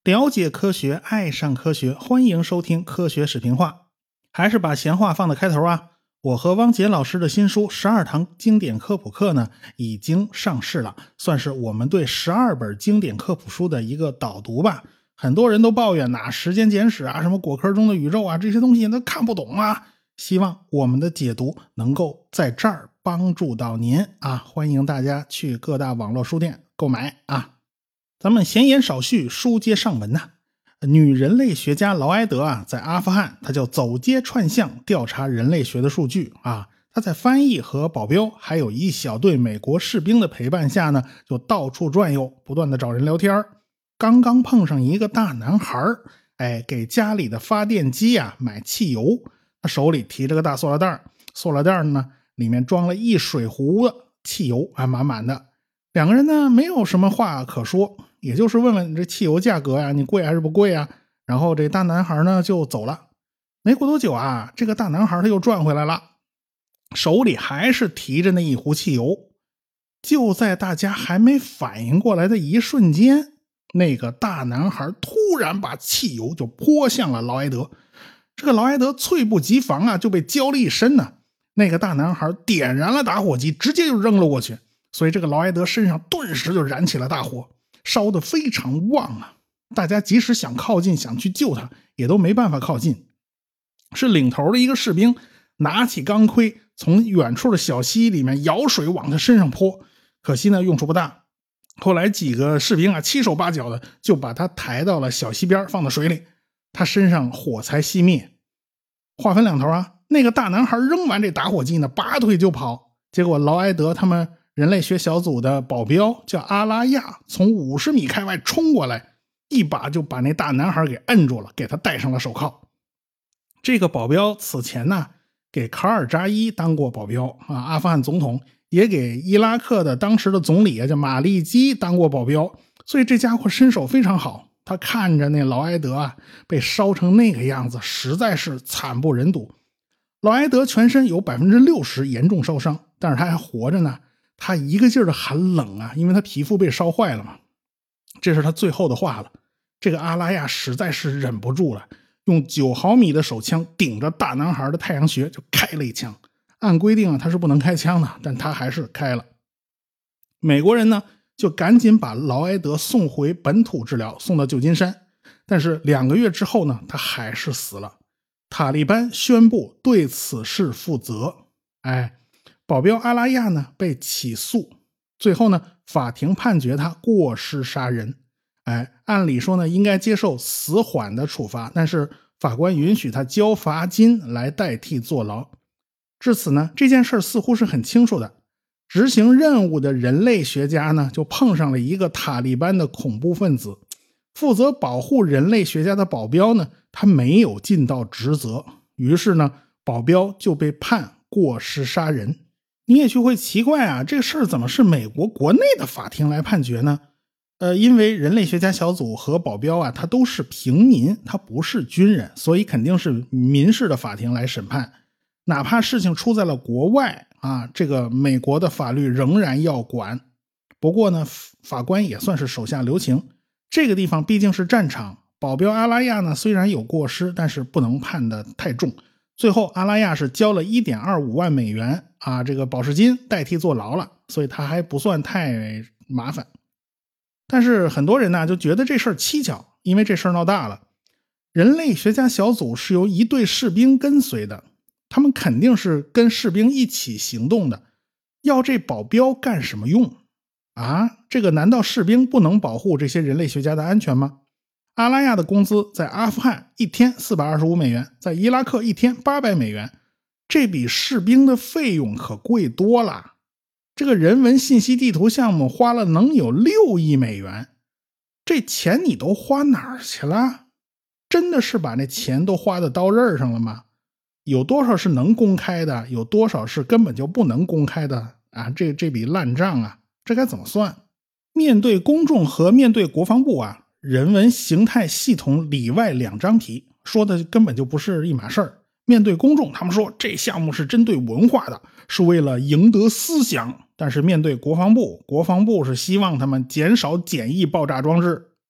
了解科学，爱上科学，欢迎收听科学视频化。还是把闲话放在开头啊。我和汪杰老师的新书12堂经典科普课呢已经上市了，算是我们对12本经典科普书的一个导读吧。很多人都抱怨时间简史啊，什么果壳中的宇宙啊，这些东西都看不懂啊。希望我们的解读能够在这儿帮助到您啊！欢迎大家去各大网络书店购买啊！咱们闲言少叙，书接上文呐。女人类学家劳埃德啊，在阿富汗，他就走街串巷调查人类学的数据啊。他在翻译和保镖还有一小队美国士兵的陪伴下呢，就到处转悠，不断的找人聊天。刚刚碰上一个大男孩，给家里的发电机啊买汽油，他手里提着个大塑料袋，塑料袋呢里面装了一水壶的汽油，满满的。两个人呢没有什么话可说，也就是问问这汽油价格呀，你贵还是不贵啊？然后这大男孩呢就走了。没过多久啊，这个大男孩他又转回来了，手里还是提着那一壶汽油。就在大家还没反应过来的一瞬间，那个大男孩突然把汽油就泼向了劳埃德。这个劳埃德猝不及防啊，就被浇了一身呢。那个大男孩点燃了打火机，直接就扔了过去。所以这个劳埃德身上顿时就燃起了大火，烧得非常旺啊！大家即使想靠近，想去救他，也都没办法靠近。是领头的一个士兵拿起钢盔，从远处的小溪里面舀水往他身上泼，可惜呢用处不大。后来几个士兵啊七手八脚的就把他抬到了小溪边，放到水里，他身上火才熄灭。话分两头啊，那个大男孩扔完这打火机呢，拔腿就跑，结果劳埃德他们人类学小组的保镖叫阿拉亚，从50米开外冲过来，一把就把那大男孩给摁住了，给他戴上了手铐。这个保镖此前呢给卡尔扎伊当过保镖啊，阿富汗总统，也给伊拉克的当时的总理叫马利基当过保镖，所以这家伙身手非常好。他看着那劳埃德啊被烧成那个样子，实在是惨不忍睹。劳埃德全身有 60% 严重烧伤，但是他还活着呢。他一个劲儿的喊冷啊，因为他皮肤被烧坏了嘛。这是他最后的话了。这个阿拉亚实在是忍不住了，用9毫米的手枪顶着大男孩的太阳穴就开了一枪。按规定啊，他是不能开枪的，但他还是开了。美国人呢就赶紧把劳埃德送回本土治疗，送到旧金山。但是2个月之后呢，他还是死了。塔利班宣布对此事负责。保镖阿拉亚呢被起诉，最后呢法庭判决他过失杀人。按理说呢应该接受死缓的处罚，但是法官允许他交罚金来代替坐牢。至此呢这件事似乎是很清楚的。执行任务的人类学家呢就碰上了一个塔利班的恐怖分子。负责保护人类学家的保镖呢他没有尽到职责，于是呢保镖就被判过失杀人。你也就会奇怪啊，这个事儿怎么是美国国内的法庭来判决呢？因为人类学家小组和保镖啊，他都是平民，他不是军人，所以肯定是民事的法庭来审判。哪怕事情出在了国外啊，这个美国的法律仍然要管。不过呢，法官也算是手下留情，这个地方毕竟是战场，保镖阿拉亚呢虽然有过失，但是不能判得太重。最后阿拉亚是交了 1.25 万美元啊，这个保释金代替坐牢了，所以他还不算太麻烦。但是很多人呢就觉得这事儿蹊跷，因为这事儿闹大了。人类学家小组是由一队士兵跟随的，他们肯定是跟士兵一起行动的，要这保镖干什么用啊？这个难道士兵不能保护这些人类学家的安全吗？阿拉亚的工资在阿富汗1天425美元，在伊拉克1天800美元，这比士兵的费用可贵多了。这个人文信息地图项目花了能有6亿美元，这钱你都花哪儿去了？真的是把那钱都花到刀刃上了吗？有多少是能公开的，有多少是根本就不能公开的啊？这笔烂账啊，这该怎么算？面对公众和面对国防部啊，人文形态系统里外两张皮，说的根本就不是一码事儿。面对公众，他们说这项目是针对文化的，是为了赢得思想，但是面对国防部，国防部是希望他们减少简易爆炸装置。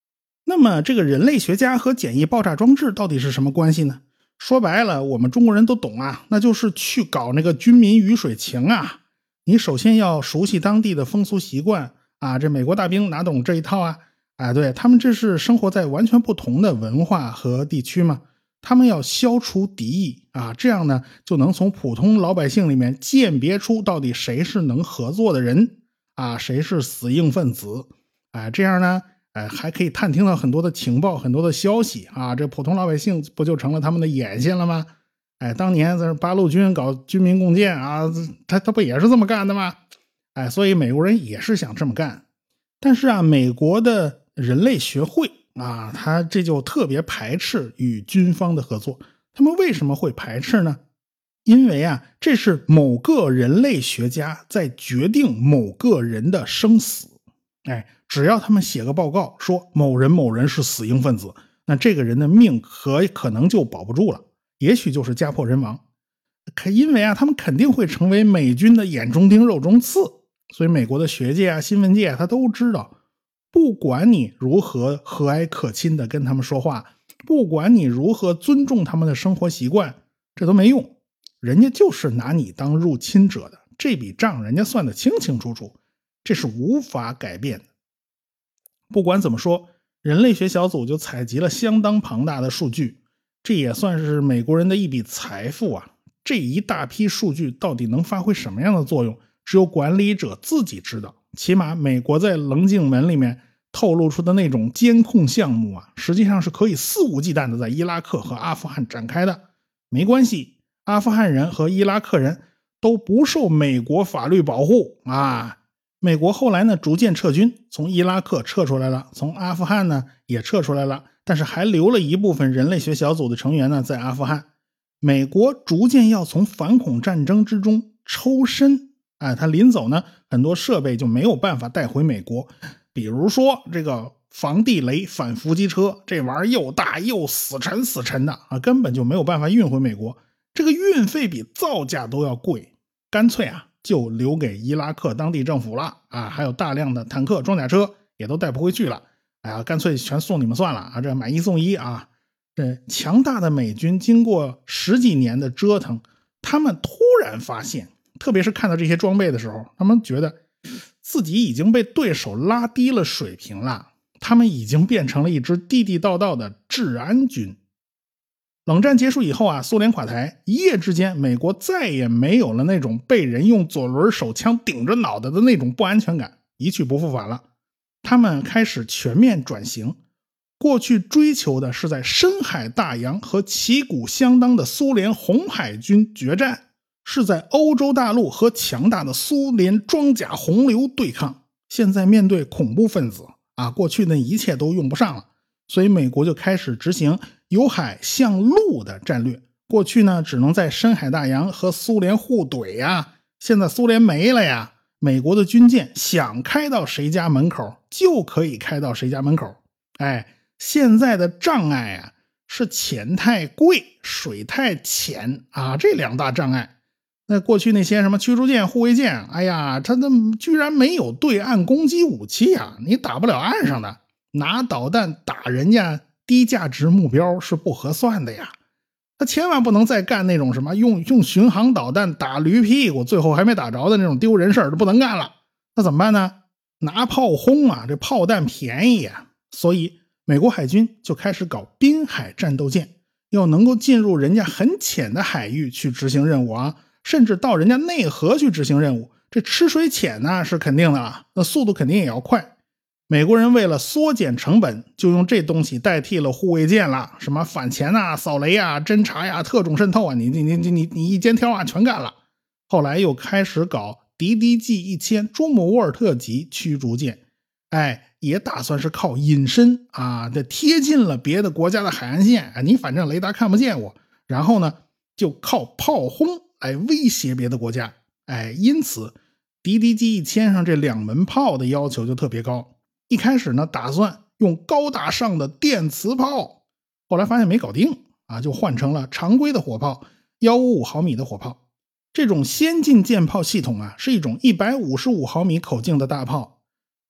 那么这个人类学家和简易爆炸装置到底是什么关系呢？说白了，我们中国人都懂啊，那就是去搞那个军民鱼水情啊。你首先要熟悉当地的风俗习惯啊，这美国大兵哪懂这一套啊？对，他们这是生活在完全不同的文化和地区嘛，他们要消除敌意啊，这样呢就能从普通老百姓里面鉴别出到底谁是能合作的人啊，谁是死硬分子这样呢还可以探听到很多的情报，很多的消息啊，这普通老百姓不就成了他们的眼线了吗？当年在八路军搞军民共建啊，他不也是这么干的吗？所以美国人也是想这么干。但是啊，美国的人类学会啊，他这就特别排斥与军方的合作。他们为什么会排斥呢？因为啊，这是某个人类学家在决定某个人的生死。只要他们写个报告说某人某人是死硬分子，那这个人的命可能就保不住了，也许就是家破人亡。因为啊，他们肯定会成为美军的眼中钉肉中刺，所以美国的学界啊、新闻界他都知道，不管你如何和蔼可亲的跟他们说话，不管你如何尊重他们的生活习惯，这都没用，人家就是拿你当入侵者的，这笔账人家算得清清楚楚，这是无法改变的。不管怎么说，人类学小组就采集了相当庞大的数据，这也算是美国人的一笔财富啊。这一大批数据到底能发挥什么样的作用，只有管理者自己知道。起码美国在棱镜门里面透露出的那种监控项目啊，实际上是可以肆无忌惮的在伊拉克和阿富汗展开的。没关系，阿富汗人和伊拉克人都不受美国法律保护啊。美国后来呢逐渐撤军，从伊拉克撤出来了，从阿富汗呢也撤出来了，但是还留了一部分人类学小组的成员呢在阿富汗。美国逐渐要从反恐战争之中抽身，他临走呢很多设备就没有办法带回美国，比如说这个防地雷反伏击车，这玩意儿又大又死沉的根本就没有办法运回美国，这个运费比造价都要贵，干脆就留给伊拉克当地政府了还有大量的坦克装甲车也都带不回去了，干脆全送你们算了这买一送一这强大的美军经过10几年的折腾，他们突然发现，特别是看到这些装备的时候，他们觉得自己已经被对手拉低了水平了，他们已经变成了一支地地道道的治安军。冷战结束以后苏联垮台，一夜之间美国再也没有了那种被人用左轮手枪顶着脑袋的那种不安全感，一去不复返了。他们开始全面转型，过去追求的是在深海大洋和旗鼓相当的苏联红海军决战，是在欧洲大陆和强大的苏联装甲洪流对抗。现在面对恐怖分子过去那一切都用不上了，所以美国就开始执行由海向陆的战略。过去呢只能在深海大洋和苏联互怼现在苏联没了美国的军舰想开到谁家门口就可以开到谁家门口。现在的障碍是钱太贵，水太浅这两大障碍。那过去那些什么驱逐舰、护卫舰，它居然没有对岸攻击武器你打不了岸上的，拿导弹打人家低价值目标是不合算的他千万不能再干那种什么用巡航导弹打驴屁股最后还没打着的那种丢人事儿，都不能干了。那怎么办呢？拿炮轰这炮弹便宜所以美国海军就开始搞滨海战斗舰，要能够进入人家很浅的海域去执行任务甚至到人家内河去执行任务。这吃水浅是肯定的那速度肯定也要快。美国人为了缩减成本，就用这东西代替了护卫舰了，什么反潜扫雷侦察特种渗透你一肩挑全干了。后来又开始搞DDG-1000朱姆沃尔特级驱逐舰，也打算是靠隐身贴近了别的国家的海岸线你反正雷达看不见我，然后呢就靠炮轰来威胁别的国家因此 DDG-1000上这2门炮的要求就特别高。一开始呢打算用高大上的电磁炮，后来发现没搞定就换成了常规的火炮155毫米的火炮。这种先进舰炮系统是一种155毫米口径的大炮，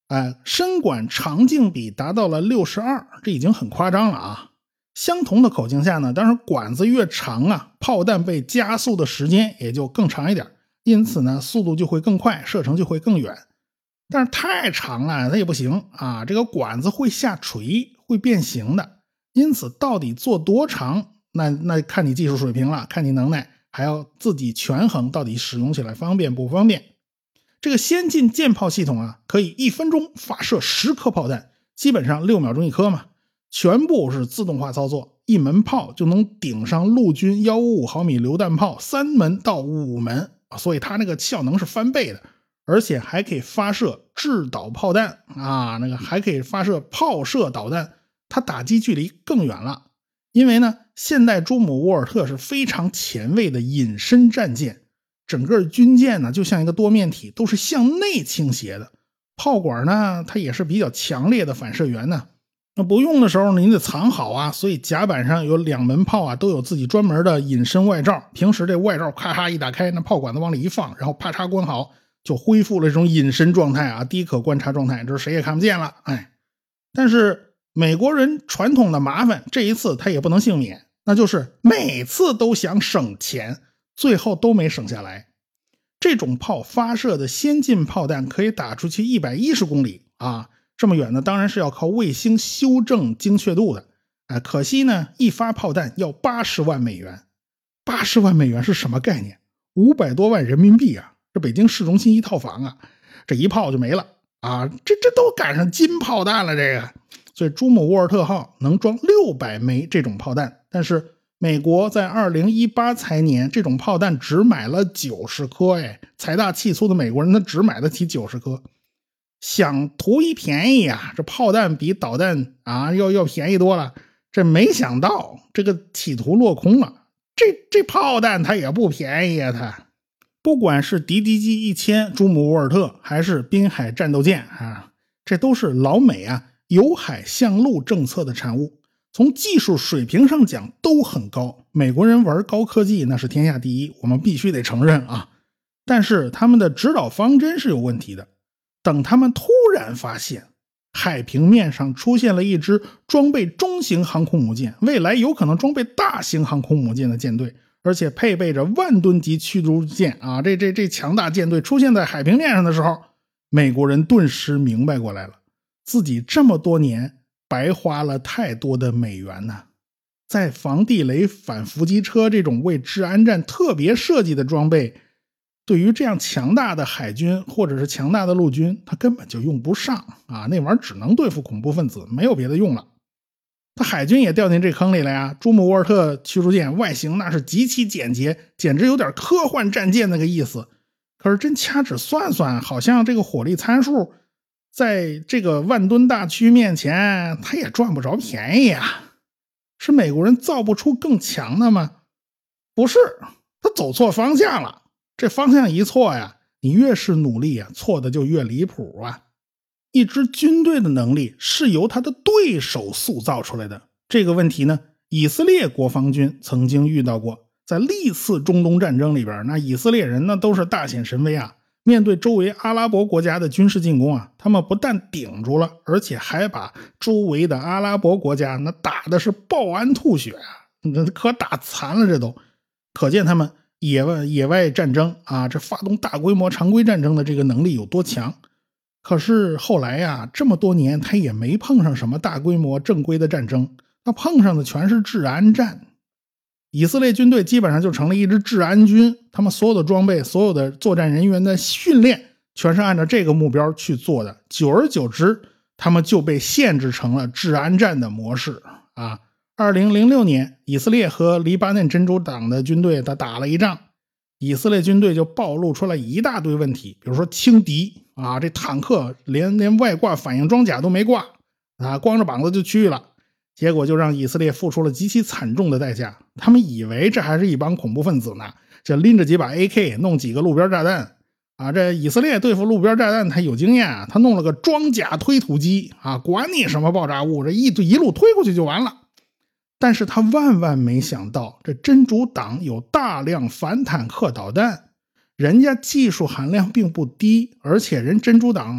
身管长径比达到了62，这已经很夸张了啊。相同的口径下呢，当然管子越长啊，炮弹被加速的时间也就更长一点，因此呢，速度就会更快，射程就会更远。但是太长了它也不行啊，这个管子会下垂，会变形的。因此到底做多长，那看你技术水平了，看你能耐，还要自己权衡到底使用起来方便不方便。这个先进舰炮系统啊，可以1分钟发射10颗炮弹，基本上6秒钟一颗嘛，全部是自动化操作，一门炮就能顶上陆军155毫米榴弹炮3门到5门，所以它那个效能是翻倍的，而且还可以发射制导炮弹啊，还可以发射炮射导弹，它打击距离更远了。因为呢，现代朱姆沃尔特是非常前卫的隐身战舰，整个军舰呢就像一个多面体，都是向内倾斜的。炮管呢，它也是比较强烈的反射源呢。那不用的时候呢，你得藏好啊，所以甲板上有2门炮啊，都有自己专门的隐身外罩。平时这外罩咔嚓一打开，那炮管子往里一放，然后啪嚓关好，就恢复了这种隐身状态啊，低可观察状态，这谁也看不见了。但是美国人传统的麻烦，这一次他也不能幸免，那就是每次都想省钱，最后都没省下来。这种炮发射的先进炮弹可以打出去110公里啊，这么远呢，当然是要靠卫星修正精确度的。可惜呢，一发炮弹要80万美元。80万美元是什么概念？500多万人民币啊，这北京市中心一套房啊，这一炮就没了啊，这都赶上金炮弹了这个。所以朱姆沃尔特号能装600枚这种炮弹，但是美国在2018财年这种炮弹只买了90颗，财大气粗的美国人他只买得起90颗。想图一便宜啊，这炮弹比导弹啊要便宜多了，这没想到这个企图落空了。这炮弹它也不便宜啊，它不管是敌机1000朱姆沃尔特还是滨海战斗舰啊，这都是老美啊由海向陆政策的产物，从技术水平上讲都很高。美国人玩高科技那是天下第一，我们必须得承认啊。但是他们的指导方针是有问题的。等他们突然发现海平面上出现了一支装备中型航空母舰，未来有可能装备大型航空母舰的舰队，而且配备着10000吨级驱逐舰啊，这强大舰队出现在海平面上的时候，美国人顿时明白过来了，自己这么多年白花了太多的美元呢。在防地雷反伏击车这种为治安战特别设计的装备，对于这样强大的海军或者是强大的陆军，它根本就用不上啊！那玩意儿只能对付恐怖分子，没有别的用了。他海军也掉进这坑里了呀。朱姆沃尔特驱逐舰外形那是极其简洁，简直有点科幻战舰那个意思。可是真掐指算算，好像这个火力参数在这个10000吨大驱面前，他也赚不着便宜啊。是美国人造不出更强的吗？不是，他走错方向了。这方向一错呀，你越是努力啊，错的就越离谱啊。一支军队的能力是由他的对手塑造出来的。这个问题呢，以色列国防军曾经遇到过。在历次中东战争里边，那以色列人呢都是大显神威啊。面对周围阿拉伯国家的军事进攻啊，他们不但顶住了，而且还把周围的阿拉伯国家那打的是抱鞍吐血啊，可打残了，这都可见他们野外战争啊，这发动大规模常规战争的这个能力有多强。可是后来呀，这么多年他也没碰上什么大规模正规的战争，他碰上的全是治安战。以色列军队基本上就成了一支治安军，他们所有的装备，所有的作战人员的训练全是按照这个目标去做的。久而久之，他们就被限制成了治安战的模式啊。2006年，以色列和黎巴嫩真主党的军队他打了一仗，以色列军队就暴露出来一大堆问题，比如说轻敌啊，这坦克连外挂反应装甲都没挂啊，光着膀子就去了，结果就让以色列付出了极其惨重的代价。他们以为这还是一帮恐怖分子呢，这拎着几把 AK 弄几个路边炸弹啊，这以色列对付路边炸弹他有经验啊，他弄了个装甲推土机啊，管你什么爆炸物，这一路推过去就完了。但是他万万没想到，这真主党有大量反坦克导弹，人家技术含量并不低，而且人真主党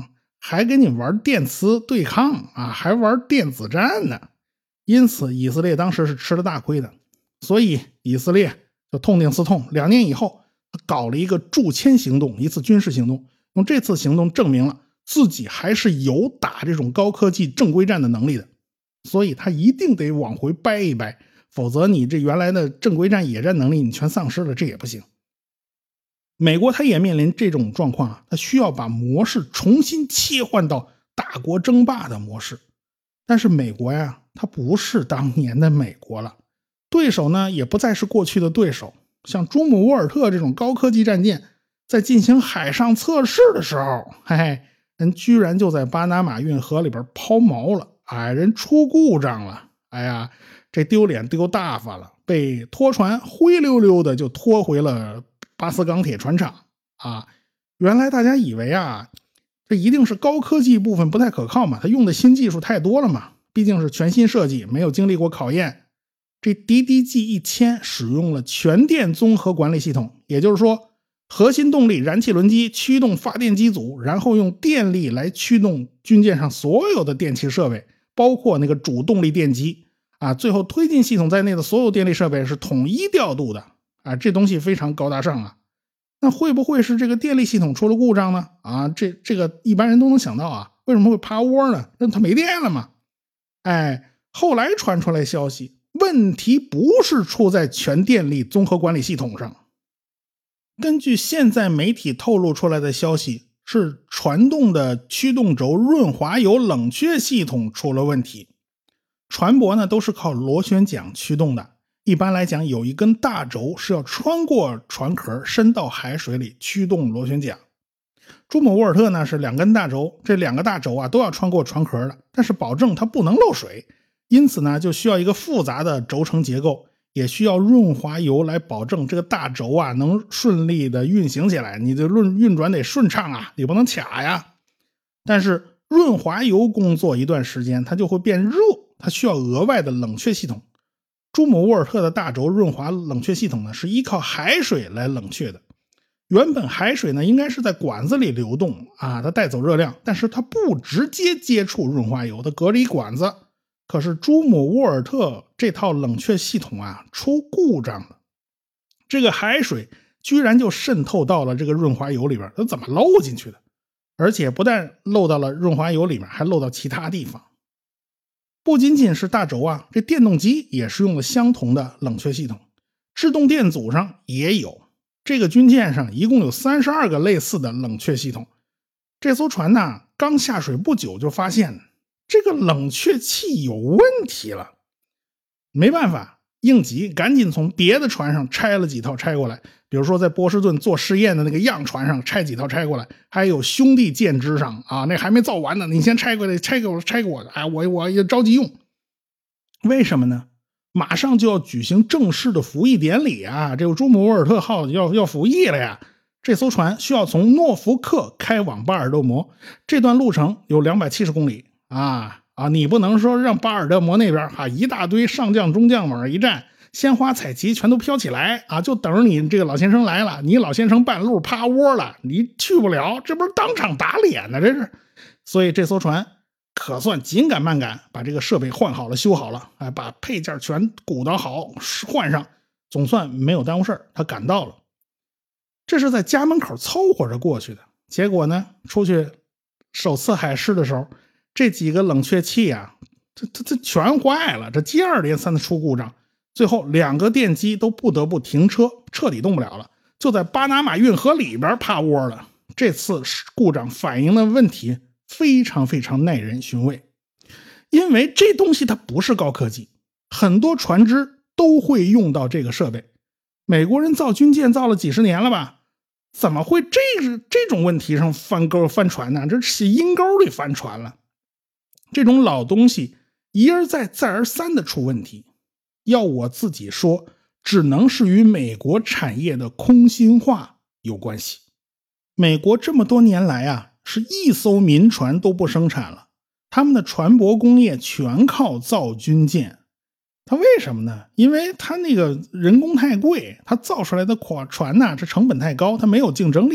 还给你玩电磁对抗啊，还玩电子战呢。因此以色列当时是吃了大亏的，所以以色列就痛定思痛，2年以后搞了一个驻签行动，一次军事行动，用这次行动证明了自己还是有打这种高科技正规战的能力的，所以他一定得往回掰一掰，否则你这原来的正规战野战能力你全丧失了，这也不行。美国他也面临这种状况啊，他需要把模式重新切换到大国争霸的模式。但是美国呀，它不是当年的美国了，对手呢也不再是过去的对手。像朱姆沃尔特这种高科技战舰，在进行海上测试的时候，人居然就在巴拿马运河里边抛锚了，人出故障了，这丢脸丢大发了，被拖船灰溜溜的就拖回了巴斯钢铁船厂啊。原来大家以为这一定是高科技部分不太可靠嘛，他用的新技术太多了嘛，毕竟是全新设计，没有经历过考验。这 DDG-1000 使用了全电综合管理系统，也就是说核心动力燃气轮机驱动发电机组，然后用电力来驱动军舰上所有的电气设备，包括那个主动力电机最后推进系统在内的所有电力设备是统一调度的这东西非常高大上啊。那会不会是这个电力系统出了故障呢？这个一般人都能想到为什么会趴窝呢？那它没电了嘛。后来传出来消息，问题不是出在全电力综合管理系统上。根据现在媒体透露出来的消息，是传动的驱动轴润滑油冷却系统出了问题。船舶呢都是靠螺旋桨驱动的，一般来讲有一根大轴是要穿过船壳伸到海水里驱动螺旋桨。朱姆沃尔特呢是2根大轴，这2个大轴都要穿过船壳的，但是保证它不能漏水，因此呢就需要一个复杂的轴承结构，也需要润滑油来保证这个大轴能顺利的运行起来，你的运转得顺畅你不能卡呀。但是润滑油工作一段时间它就会变热，它需要额外的冷却系统。朱姆沃尔特的大轴润滑冷却系统呢是依靠海水来冷却的。原本海水呢应该是在管子里流动它带走热量，但是它不直接接触润滑油，它隔着一管子。可是朱姆沃尔特这套冷却系统出故障了，这个海水居然就渗透到了这个润滑油里边，它怎么漏进去的？而且不但漏到了润滑油里面，还漏到其他地方。不仅仅是大轴这电动机也是用了相同的冷却系统，制动电阻上也有。这个军舰上一共有32个类似的冷却系统。这艘船刚下水不久就发现这个冷却器有问题了，没办法，应急赶紧从别的船上拆了几套拆过来，比如说在波士顿做试验的那个样船上拆几套拆过来，还有兄弟舰只上那还没造完呢，你先拆过来，拆给我，我也着急用。为什么呢？马上就要举行正式的服役典礼这个朱姆沃尔特号要服役了呀。这艘船需要从诺福克开往巴尔的摩，这段路程有270公里你不能说让巴尔的摩那边一大堆上将中将往这一站，鲜花彩旗全都飘起来就等着你这个老先生来了，你老先生半路趴窝了，你去不了，这不是当场打脸呢，这是。所以这艘船可算紧赶慢赶把这个设备换好了修好了，把配件全鼓捣好换上，总算没有耽误事儿，他赶到了。这是在家门口凑合着过去的，结果呢出去首次海试的时候，这几个冷却器这全坏了，这接二连三的出故障，最后2个电机都不得不停车，彻底动不了了，就在巴拿马运河里边趴窝了。这次故障反映的问题非常非常耐人寻味，因为这东西它不是高科技，很多船只都会用到这个设备。美国人造军舰造了几十年了吧，怎么会这种问题上翻船呢？这是阴沟里翻船了。这种老东西一而再再而三的出问题，要我自己说，只能是与美国产业的空心化有关系。美国这么多年来是一艘民船都不生产了，他们的船舶工业全靠造军舰。它为什么呢？因为它那个人工太贵，它造出来的船这成本太高，它没有竞争力，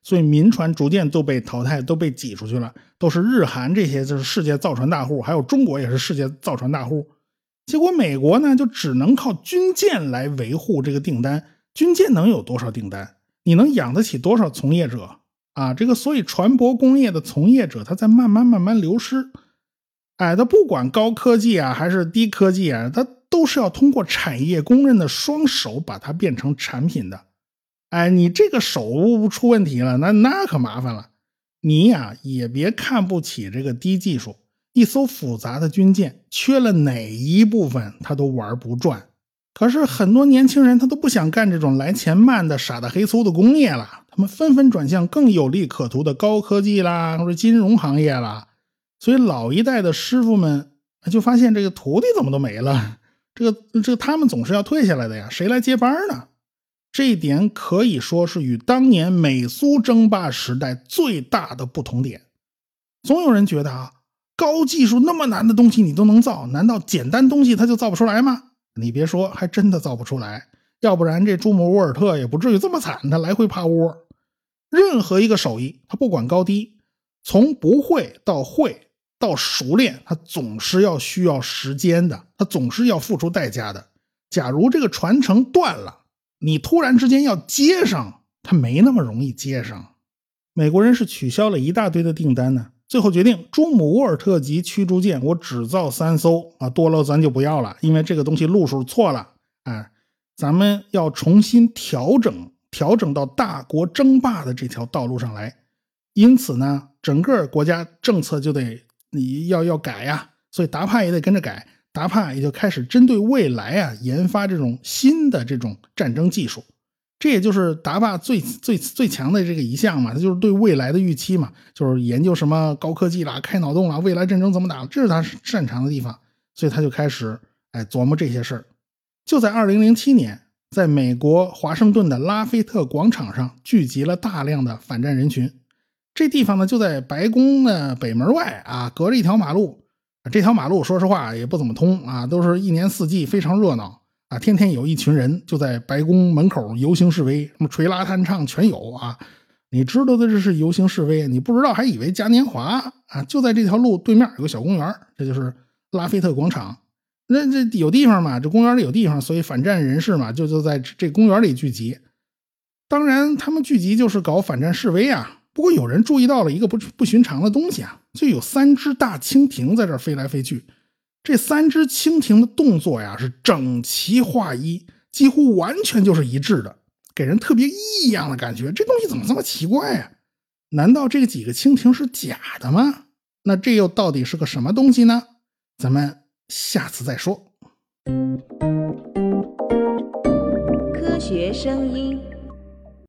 所以民船逐渐都被淘汰，都被挤出去了，都是日韩这些就是世界造船大户，还有中国也是世界造船大户。结果美国呢就只能靠军舰来维护这个订单，军舰能有多少订单？你能养得起多少从业者啊？这个所以船舶工业的从业者他在慢慢流失。他不管高科技啊还是低科技啊，他都是要通过产业工人的双手把它变成产品的。你这个手出问题了，那可麻烦了。你呀也别看不起这个低技术，一艘复杂的军舰缺了哪一部分他都玩不转。可是很多年轻人他都不想干这种来钱慢的傻的黑粗的工业了，他们纷纷转向更有利可图的高科技啦，或者金融行业啦。所以老一代的师傅们就发现这个徒弟怎么都没了，这个他们总是要退下来的呀，谁来接班呢？这一点可以说是与当年美苏争霸时代最大的不同点。总有人觉得高技术那么难的东西你都能造，难道简单东西它就造不出来吗？你别说，还真的造不出来，要不然这朱姆沃尔特也不至于这么惨，他来回趴窝。任何一个手艺，他不管高低，从不会到会到熟练，它总是需要时间的，它总是要付出代价的。假如这个传承断了，你突然之间要接上，它没那么容易接上。美国人是取消了一大堆的订单呢，最后决定朱姆沃尔特级驱逐舰我只造3艘多了咱就不要了，因为这个东西路数错了咱们要重新调整到大国争霸的这条道路上来。因此呢，整个国家政策就得你要改呀，所以达帕也得跟着改。达帕也就开始针对未来研发这种新的这种战争技术，这也就是达帕最强的这个一项嘛，它就是对未来的预期嘛，就是研究什么高科技啦、开脑洞啦、未来战争怎么打，这是他擅长的地方，所以他就开始琢磨这些事儿。就在2007年，在美国华盛顿的拉菲特广场上聚集了大量的反战人群。这地方呢就在白宫的北门外隔着一条马路。这条马路说实话也不怎么通都是一年四季非常热闹天天有一群人就在白宫门口游行示威，什么吹拉弹唱全有你知道的这是游行示威，你不知道还以为嘉年华就在这条路对面有个小公园，这就是拉菲特广场。那这有地方嘛，这公园里有地方，所以反战人士嘛就在这公园里聚集。当然他们聚集就是搞反战示威不过有人注意到了一个不寻常的东西就有3只大蜻蜓在这儿飞来飞去。这3只蜻蜓的动作是整齐划一，几乎完全就是一致的，给人特别异样的感觉。这东西怎么这么奇怪难道这几个蜻蜓是假的吗？那这又到底是个什么东西呢？咱们下次再说。 科学声音